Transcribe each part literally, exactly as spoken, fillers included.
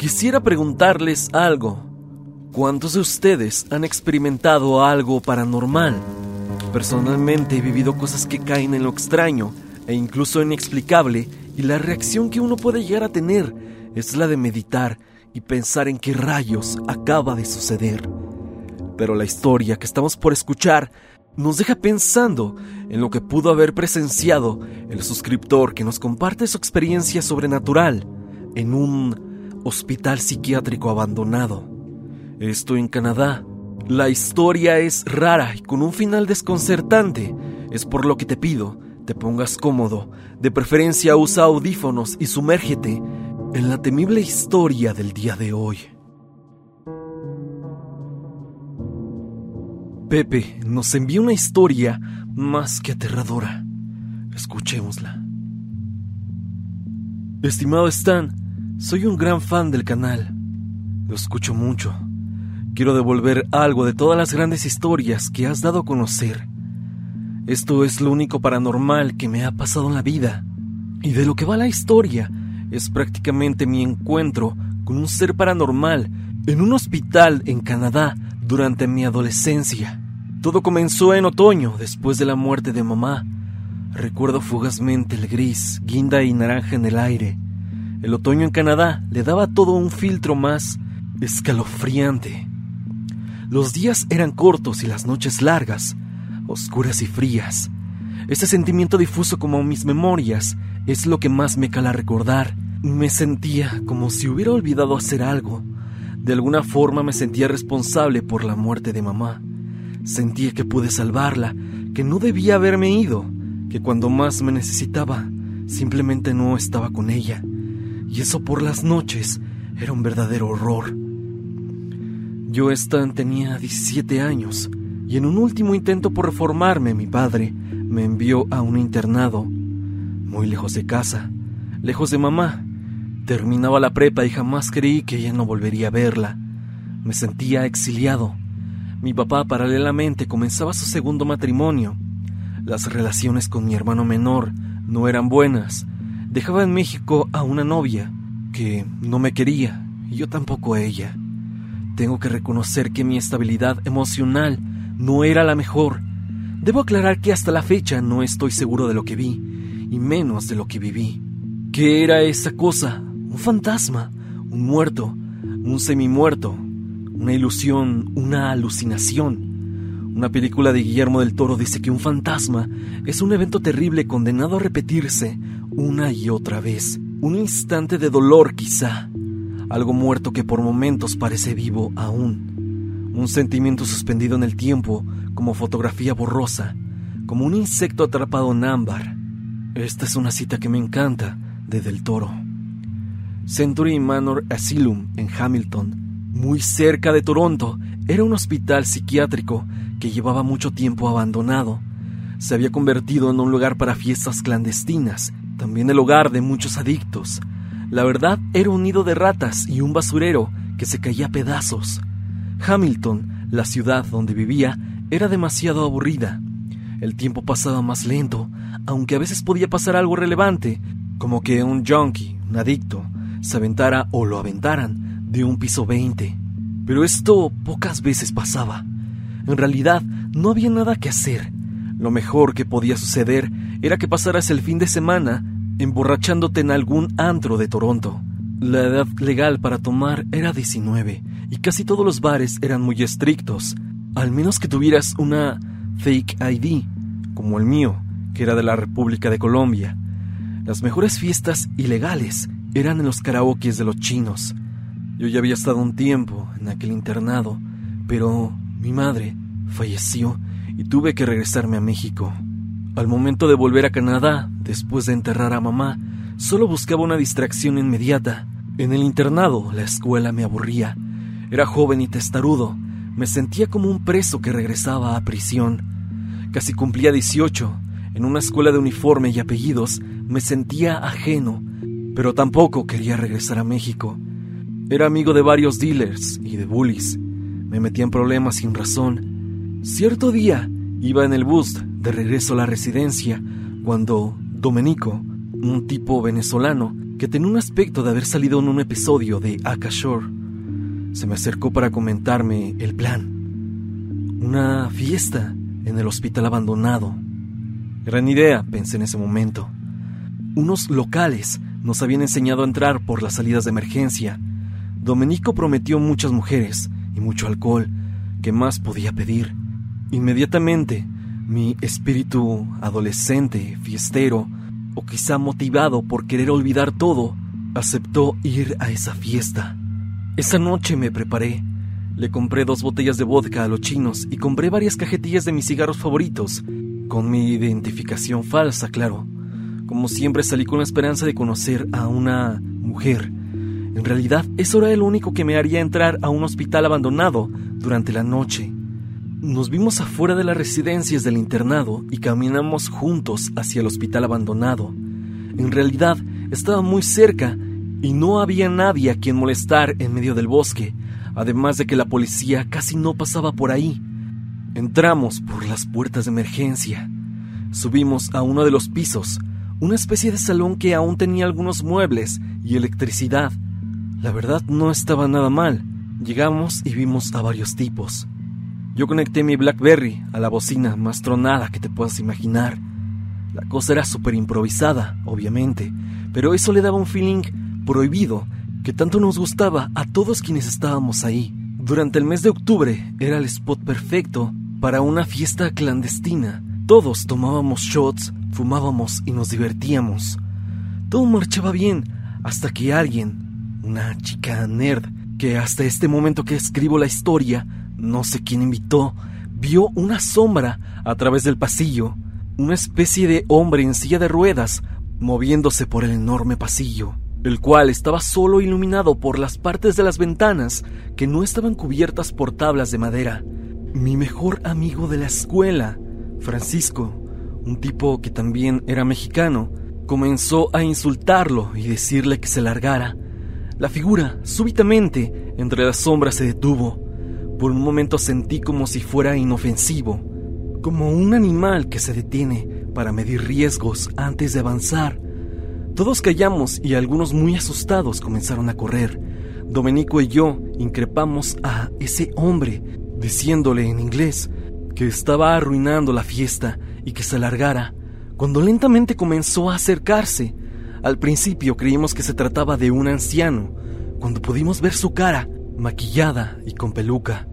Quisiera preguntarles algo. ¿Cuántos de ustedes han experimentado algo paranormal? Personalmente he vivido cosas que caen en lo extraño e incluso inexplicable, y la reacción que uno puede llegar a tener es la de meditar y pensar en qué rayos acaba de suceder. Pero la historia que estamos por escuchar nos deja pensando en lo que pudo haber presenciado el suscriptor que nos comparte su experiencia sobrenatural en un hospital psiquiátrico abandonado. Esto en Canadá. La historia es rara y con un final desconcertante. Es por lo que te pido, te pongas cómodo, de preferencia usa audífonos y sumérgete en la temible historia del día de hoy. Pepe nos envía una historia más que aterradora. Escuchémosla. Estimado Stan, soy un gran fan del canal. Lo escucho mucho. Quiero devolver algo de todas las grandes historias que has dado a conocer. Esto es lo único paranormal que me ha pasado en la vida. Y de lo que va la historia es prácticamente mi encuentro con un ser paranormal en un hospital en Canadá durante mi adolescencia. Todo comenzó en otoño, después de la muerte de mamá. Recuerdo fugazmente el gris, guinda y naranja en el aire. El otoño en Canadá le daba todo un filtro más escalofriante. Los días eran cortos y las noches largas, oscuras y frías. Ese sentimiento difuso como mis memorias es lo que más me cala recordar. Me sentía como si hubiera olvidado hacer algo. De alguna forma me sentía responsable por la muerte de mamá. Sentía que pude salvarla, que no debía haberme ido, que cuando más me necesitaba, simplemente no estaba con ella. Y eso por las noches era un verdadero horror. Yo, Stan, tenía diecisiete años, y en un último intento por reformarme, mi padre me envió a un internado, muy lejos de casa, lejos de mamá. Terminaba la prepa y jamás creí que ella no volvería a verla. Me sentía exiliado. Mi papá paralelamente comenzaba su segundo matrimonio. Las relaciones con mi hermano menor no eran buenas. Dejaba en México a una novia que no me quería, y yo tampoco a ella. Tengo que reconocer que mi estabilidad emocional no era la mejor. Debo aclarar que hasta la fecha no estoy seguro de lo que vi, y menos de lo que viví. ¿Qué era esa cosa? Un fantasma, un muerto, un semimuerto, una ilusión, una alucinación. Una película de Guillermo del Toro dice que un fantasma es un evento terrible condenado a repetirse una y otra vez. Un instante de dolor quizá, algo muerto que por momentos parece vivo aún. Un sentimiento suspendido en el tiempo como fotografía borrosa, como un insecto atrapado en ámbar. Esta es una cita que me encanta de Del Toro. Century Manor Asylum en Hamilton, muy cerca de Toronto, era un hospital psiquiátrico que llevaba mucho tiempo abandonado. Se había convertido en un lugar para fiestas clandestinas, también el hogar de muchos adictos. La verdad, era un nido de ratas y un basurero que se caía a pedazos. Hamilton, la ciudad donde vivía, era demasiado aburrida. El tiempo pasaba más lento, aunque a veces podía pasar algo relevante, como que un junkie, un adicto, se aventara o lo aventaran de un piso veinte. Pero esto pocas veces pasaba. En realidad, no había nada que hacer. Lo mejor que podía suceder era que pasaras el fin de semana emborrachándote en algún antro de Toronto. La edad legal para tomar era diecinueve y casi todos los bares eran muy estrictos, al menos que tuvieras una fake I D, como el mío, que era de la República de Colombia. Las mejores fiestas ilegales eran en los karaokes de los chinos. Yo ya había estado un tiempo en aquel internado, pero mi madre falleció y tuve que regresarme a México. Al momento de volver a Canadá, después de enterrar a mamá, solo buscaba una distracción inmediata. En el internado, la escuela me aburría. Era joven y testarudo. Me sentía como un preso que regresaba a prisión. Casi cumplía dieciocho. En una escuela de uniforme y apellidos, me sentía ajeno, pero tampoco quería regresar a México. Era amigo de varios dealers y de bullies. Me metía en problemas sin razón. Cierto día, iba en el bus de regreso a la residencia cuando Domenico, un tipo venezolano que que tenía un aspecto de haber salido en un episodio de Akashore. Se me acercó para comentarme el plan. Una fiesta en el hospital abandonado. Gran idea, pensé en ese momento. Unos locales nos habían enseñado a entrar por las salidas de emergencia. Domenico prometió muchas mujeres y mucho alcohol. ¿Qué más podía pedir? Inmediatamente, mi espíritu adolescente, fiestero, o quizá motivado por querer olvidar todo, aceptó ir a esa fiesta. Esa noche me preparé. Le compré dos botellas de vodka a los chinos y compré varias cajetillas de mis cigarros favoritos, con mi identificación falsa, claro. Como siempre, salí con la esperanza de conocer a una mujer. En realidad, eso era lo único que me haría entrar a un hospital abandonado durante la noche. Nos vimos afuera de las residencias del internado y caminamos juntos hacia el hospital abandonado. En realidad, estaba muy cerca y no había nadie a quien molestar en medio del bosque, además de que la policía casi no pasaba por ahí. Entramos por las puertas de emergencia. Subimos a uno de los pisos, una especie de salón que aún tenía algunos muebles y electricidad. La verdad, no estaba nada mal. Llegamos y vimos a varios tipos. Yo conecté mi BlackBerry a la bocina más tronada que te puedas imaginar. La cosa era súper improvisada, obviamente, pero eso le daba un feeling prohibido que tanto nos gustaba a todos quienes estábamos ahí. Durante el mes de octubre era el spot perfecto para una fiesta clandestina. Todos tomábamos shots, fumábamos y nos divertíamos. Todo marchaba bien hasta que alguien, una chica nerd, que hasta este momento que escribo la historia, no sé quién invitó, vio una sombra a través del pasillo, una especie de hombre en silla de ruedas moviéndose por el enorme pasillo, el cual estaba solo iluminado por las partes de las ventanas que no estaban cubiertas por tablas de madera. Mi mejor amigo de la escuela, Francisco, un tipo que también era mexicano, comenzó a insultarlo y decirle que se largara. La figura, súbitamente, entre las sombras se detuvo. Por un momento sentí como si fuera inofensivo, como un animal que se detiene para medir riesgos antes de avanzar. Todos callamos y algunos muy asustados comenzaron a correr. Domenico y yo increpamos a ese hombre, diciéndole en inglés que estaba arruinando la fiesta y que se largara, cuando lentamente comenzó a acercarse. Al principio creímos que se trataba de un anciano, cuando pudimos ver su cara, maquillada y con peluca.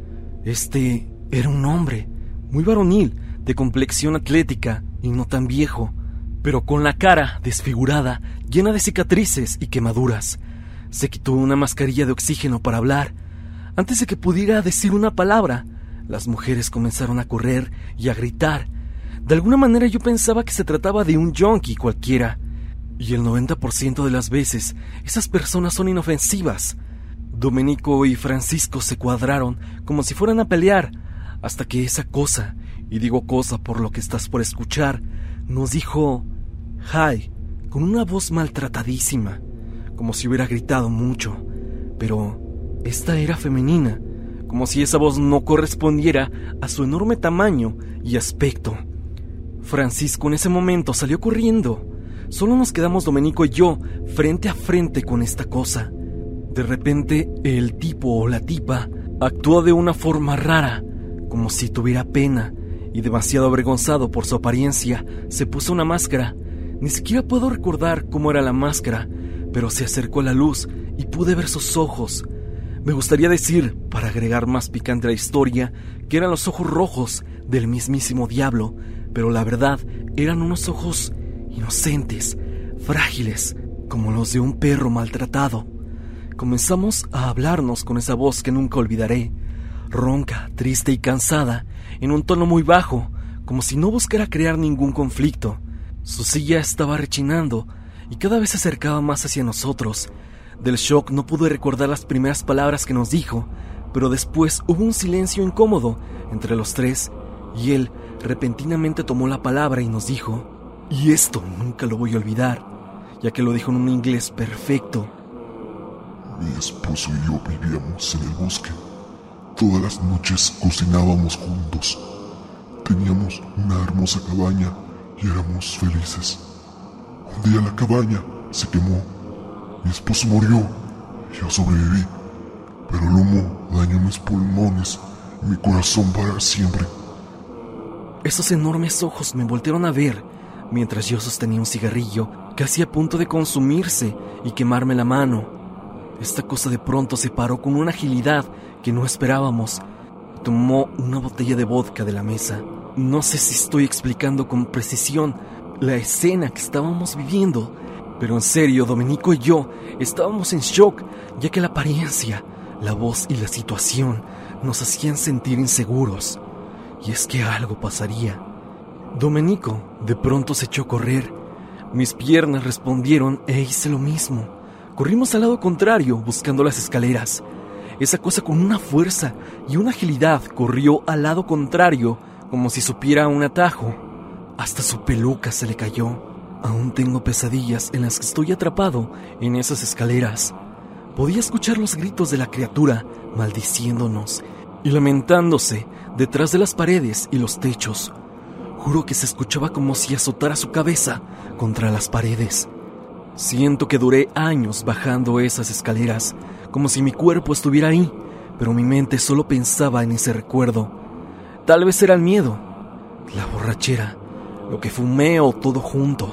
Este era un hombre, muy varonil, de complexión atlética y no tan viejo, pero con la cara desfigurada, llena de cicatrices y quemaduras. Se quitó una mascarilla de oxígeno para hablar. Antes de que pudiera decir una palabra, las mujeres comenzaron a correr y a gritar. De alguna manera yo pensaba que se trataba de un yonki cualquiera, y el noventa por ciento de las veces esas personas son inofensivas. Domenico y Francisco se cuadraron como si fueran a pelear, hasta que esa cosa, y digo cosa por lo que estás por escuchar, nos dijo "Hi", con una voz maltratadísima, como si hubiera gritado mucho, pero esta era femenina, como si esa voz no correspondiera a su enorme tamaño y aspecto. Francisco en ese momento salió corriendo. Solo nos quedamos Domenico y yo frente a frente con esta cosa. De repente, el tipo o la tipa actuó de una forma rara, como si tuviera pena, y demasiado avergonzado por su apariencia, se puso una máscara. Ni siquiera puedo recordar cómo era la máscara, pero se acercó a la luz y pude ver sus ojos. Me gustaría decir, para agregar más picante a la historia, que eran los ojos rojos del mismísimo diablo, pero la verdad eran unos ojos inocentes, frágiles, como los de un perro maltratado. Comenzamos a hablarnos con esa voz que nunca olvidaré, ronca, triste y cansada, en un tono muy bajo, como si no buscara crear ningún conflicto. Su silla estaba rechinando y cada vez se acercaba más hacia nosotros. Del shock no pude recordar las primeras palabras que nos dijo, pero después hubo un silencio incómodo entre los tres, y él repentinamente tomó la palabra y nos dijo, y esto nunca lo voy a olvidar, ya que lo dijo en un inglés perfecto. Mi esposo y yo vivíamos en el bosque. Todas las noches cocinábamos juntos. Teníamos una hermosa cabaña y éramos felices. Un día la cabaña se quemó Mi esposo murió. Yo sobreviví. Pero el humo dañó mis pulmones y mi corazón para siempre. Esos enormes ojos me voltearon a ver mientras yo sostenía un cigarrillo casi a punto de consumirse y quemarme la mano. Esta cosa de pronto se paró con una agilidad que no esperábamos. Tomó una botella de vodka de la mesa. No sé si estoy explicando con precisión la escena que estábamos viviendo, pero en serio, Domenico y yo estábamos en shock, ya que la apariencia, la voz y la situación nos hacían sentir inseguros. Y es que algo pasaría. Domenico de pronto se echó a correr. Mis piernas respondieron e hice lo mismo. Corrimos al lado contrario, buscando las escaleras. Esa cosa con una fuerza y una agilidad corrió al lado contrario, como si supiera un atajo. Hasta su peluca se le cayó. Aún tengo pesadillas en las que estoy atrapado en esas escaleras. Podía escuchar los gritos de la criatura maldiciéndonos y lamentándose detrás de las paredes y los techos. Juro que se escuchaba como si azotara su cabeza contra las paredes. Siento que duré años bajando esas escaleras, como si mi cuerpo estuviera ahí, pero mi mente solo pensaba en ese recuerdo. Tal vez era el miedo, la borrachera, lo que fumé o todo junto.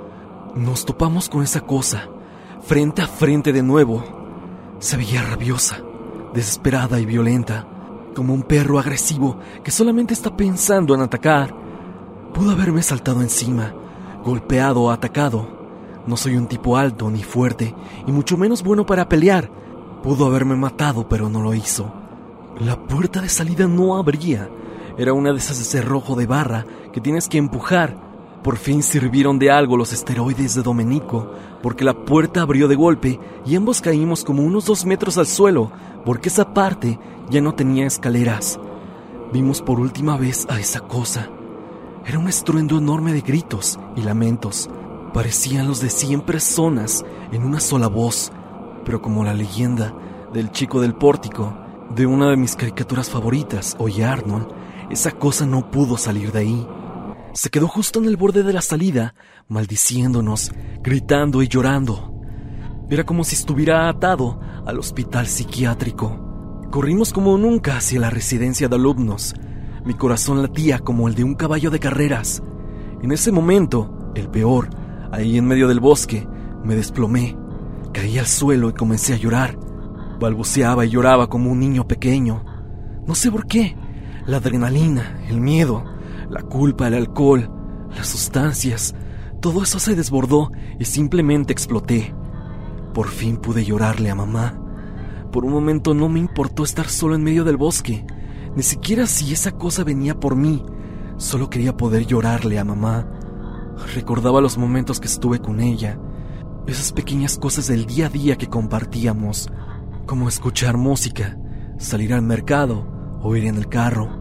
Nos topamos con esa cosa, frente a frente de nuevo. Se veía rabiosa, desesperada y violenta, como un perro agresivo que solamente está pensando en atacar. Pudo haberme saltado encima, golpeado o atacado. No soy un tipo alto ni fuerte, y mucho menos bueno para pelear. Pudo haberme matado, pero no lo hizo. La puerta de salida no abría. Era una de esas de cerrojo de barra que tienes que empujar. Por fin sirvieron de algo los esteroides de Domenico, porque la puerta abrió de golpe y ambos caímos como unos dos metros al suelo, porque esa parte ya no tenía escaleras. Vimos por última vez a esa cosa. Era un estruendo enorme de gritos y lamentos. Parecían los de cien personas en una sola voz, pero como la leyenda del chico del pórtico, de una de mis caricaturas favoritas, Oye Arnold, esa cosa no pudo salir de ahí. Se quedó justo en el borde de la salida, maldiciéndonos, gritando y llorando. Era como si estuviera atado al hospital psiquiátrico. Corrimos como nunca hacia la residencia de alumnos. Mi corazón latía como el de un caballo de carreras. En ese momento, el peor, ahí en medio del bosque, me desplomé. Caí al suelo y comencé a llorar. Balbuceaba y lloraba como un niño pequeño. No sé por qué. La adrenalina, el miedo, la culpa, el alcohol, las sustancias, todo eso se desbordó y simplemente exploté. Por fin pude llorarle a mamá. Por un momento no me importó estar solo en medio del bosque, ni siquiera si esa cosa venía por mí. Solo quería poder llorarle a mamá. Recordaba los momentos que estuve con ella, esas pequeñas cosas del día a día que compartíamos, como escuchar música, salir al mercado o ir en el carro.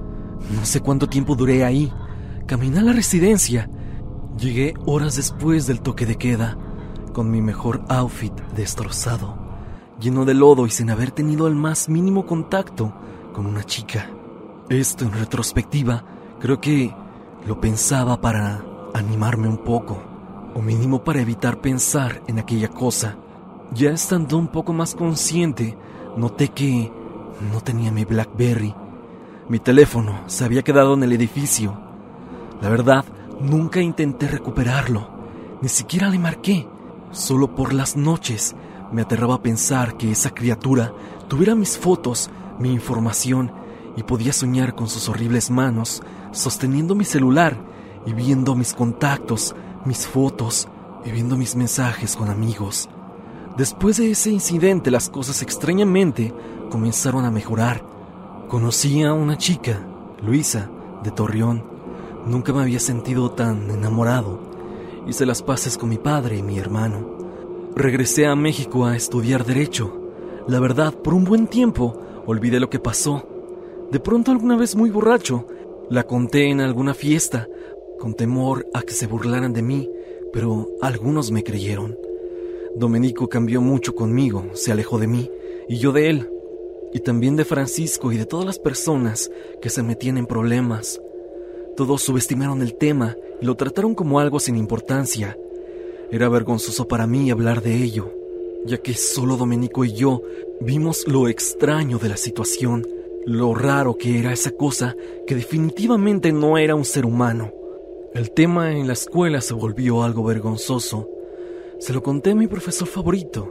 No sé cuánto tiempo duré ahí. Caminé a la residencia. Llegué horas después del toque de queda, con mi mejor outfit destrozado, lleno de lodo y sin haber tenido el más mínimo contacto con una chica. Esto, en retrospectiva, creo que lo pensaba para animarme un poco, o mínimo para evitar pensar en aquella cosa. Ya estando un poco más consciente, noté que no tenía mi BlackBerry. Mi teléfono se había quedado en el edificio. La verdad, nunca intenté recuperarlo, ni siquiera le marqué. Solo por las noches me aterraba pensar que esa criatura tuviera mis fotos, mi información, y podía soñar con sus horribles manos sosteniendo mi celular y viendo mis contactos, mis fotos y viendo mis mensajes con amigos. Después de ese incidente, las cosas extrañamente comenzaron a mejorar. Conocí a una chica, Luisa, de Torreón. Nunca me había sentido tan enamorado. Hice las paces con mi padre y mi hermano. Regresé a México a estudiar Derecho. La verdad, por un buen tiempo, olvidé lo que pasó. De pronto, alguna vez muy borracho, la conté en alguna fiesta, con temor a que se burlaran de mí, pero algunos me creyeron. Domenico cambió mucho conmigo, se alejó de mí, y yo de él, y también de Francisco y de todas las personas que se metían en problemas. Todos subestimaron el tema y lo trataron como algo sin importancia. Era vergonzoso para mí hablar de ello. ya que solo Domenico y yo vimos lo extraño de la situación, lo raro que era esa cosa que definitivamente no era un ser humano. El tema en la escuela se volvió algo vergonzoso. Se lo conté a mi profesor favorito,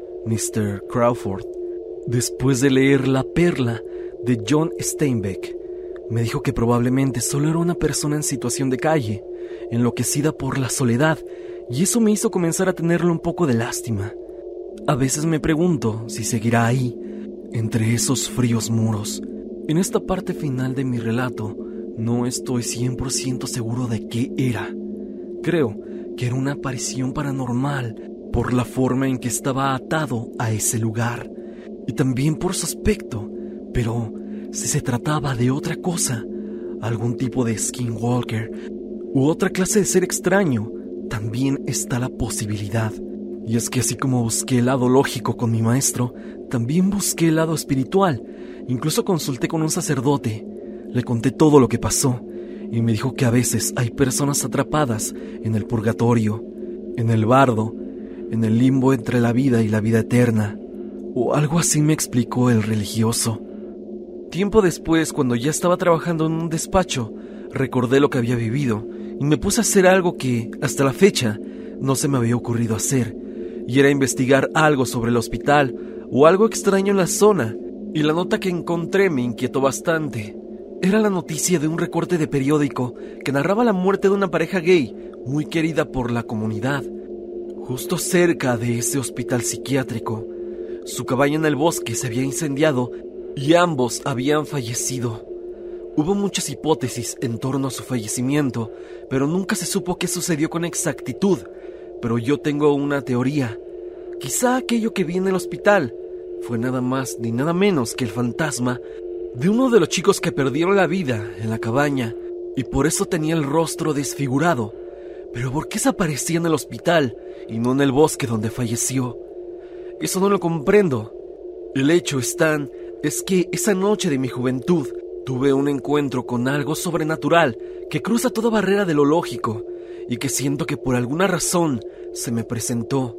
mister Crawford. Después de leer La Perla de John Steinbeck, me dijo que probablemente solo era una persona en situación de calle, enloquecida por la soledad, y eso me hizo comenzar a tenerle un poco de lástima. A veces me pregunto si seguirá ahí, entre esos fríos muros. En esta parte final de mi relato, no estoy cien por ciento seguro de qué era. Creo que era una aparición paranormal por la forma en que estaba atado a ese lugar y también por su aspecto, pero si se trataba de otra cosa, algún tipo de skinwalker u otra clase de ser extraño, también está la posibilidad. Y es que así como busqué el lado lógico con mi maestro, también busqué el lado espiritual. Incluso consulté con un sacerdote. Le conté todo lo que pasó y me dijo que a veces hay personas atrapadas en el purgatorio, en el bardo, en el limbo entre la vida y la vida eterna, o algo así me explicó el religioso. Tiempo después, cuando ya estaba trabajando en un despacho, recordé lo que había vivido y me puse a hacer algo que, hasta la fecha, no se me había ocurrido hacer, y era investigar algo sobre el hospital o algo extraño en la zona, y la nota que encontré me inquietó bastante. Era la noticia de un recorte de periódico que narraba la muerte de una pareja gay muy querida por la comunidad, justo cerca de ese hospital psiquiátrico. Su cabaña en el bosque se había incendiado y ambos habían fallecido. Hubo muchas hipótesis en torno a su fallecimiento, pero nunca se supo qué sucedió con exactitud. Pero yo tengo una teoría. Quizá aquello que vi en el hospital fue nada más ni nada menos que el fantasma de uno de los chicos que perdieron la vida en la cabaña, y por eso tenía el rostro desfigurado. Pero ¿por qué se aparecía en el hospital y no en el bosque donde falleció? Eso no lo comprendo. El hecho Stan, es que esa noche de mi juventud tuve un encuentro con algo sobrenatural que cruza toda barrera de lo lógico y que siento que por alguna razón se me presentó.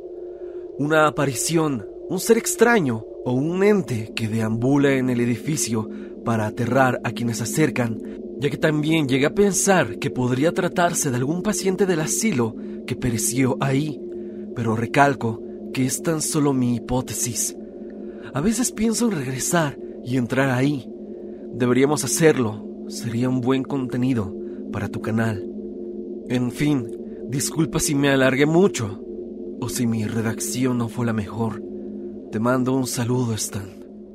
Una aparición, un ser extraño o un ente que deambula en el edificio para aterrar a quienes se acercan, ya que también llegué a pensar que podría tratarse de algún paciente del asilo que pereció ahí, pero recalco que es tan solo mi hipótesis. A veces pienso en regresar y entrar ahí. Deberíamos hacerlo, sería un buen contenido para tu canal. En fin, disculpa si me alargué mucho o si mi redacción no fue la mejor. Te mando un saludo, Stan.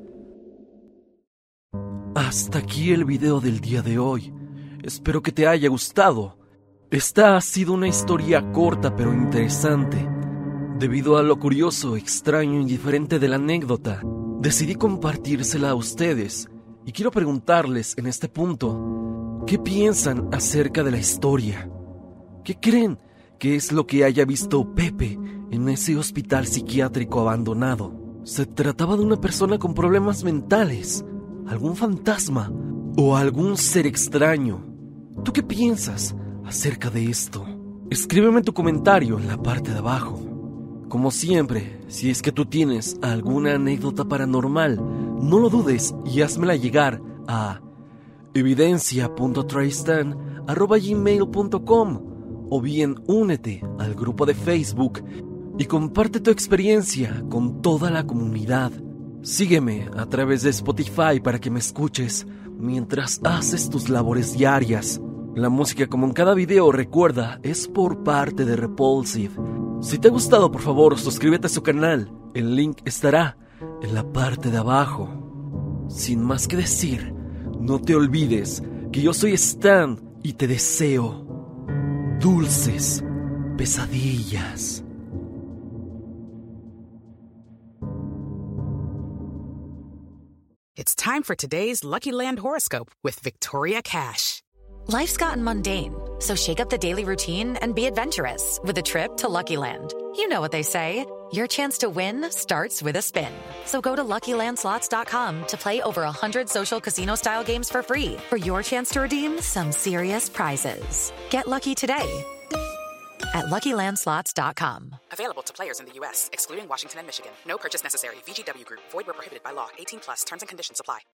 Hasta aquí el video del día de hoy. Espero que te haya gustado. Esta ha sido una historia corta pero interesante. Debido a lo curioso, extraño y diferente de la anécdota, decidí compartírsela a ustedes y quiero preguntarles en este punto, ¿qué piensan acerca de la historia? ¿Qué creen que es lo que haya visto Pepe en ese hospital psiquiátrico abandonado? ¿Se trataba de una persona con problemas mentales, algún fantasma o algún ser extraño? ¿Tú qué piensas acerca de esto? Escríbeme tu comentario en la parte de abajo. Como siempre, si es que tú tienes alguna anécdota paranormal, no lo dudes y házmela llegar a evidencia punto tristan arroba gmail punto com o bien únete al grupo de Facebook y comparte tu experiencia con toda la comunidad. Sígueme a través de Spotify para que me escuches mientras haces tus labores diarias. La música, como en cada video, recuerda, es por parte de Repulsive. Si te ha gustado, por favor, suscríbete a su canal. El link estará en la parte de abajo. Sin más que decir, no te olvides que yo soy Stan y te deseo dulces pesadillas. It's time for today's Lucky Land horoscope with Victoria Cash. Life's gotten mundane, so shake up the daily routine and be adventurous with a trip to Lucky Land. You know what they say, your chance to win starts with a spin. So go to lucky land slots dot com to play over one hundred social casino-style games for free for your chance to redeem some serious prizes. Get lucky today at lucky land slots dot com. Available to players in the U S, excluding Washington and Michigan. No purchase necessary. V G W Group. Void where prohibited by law. eighteen plus. Terms and conditions apply.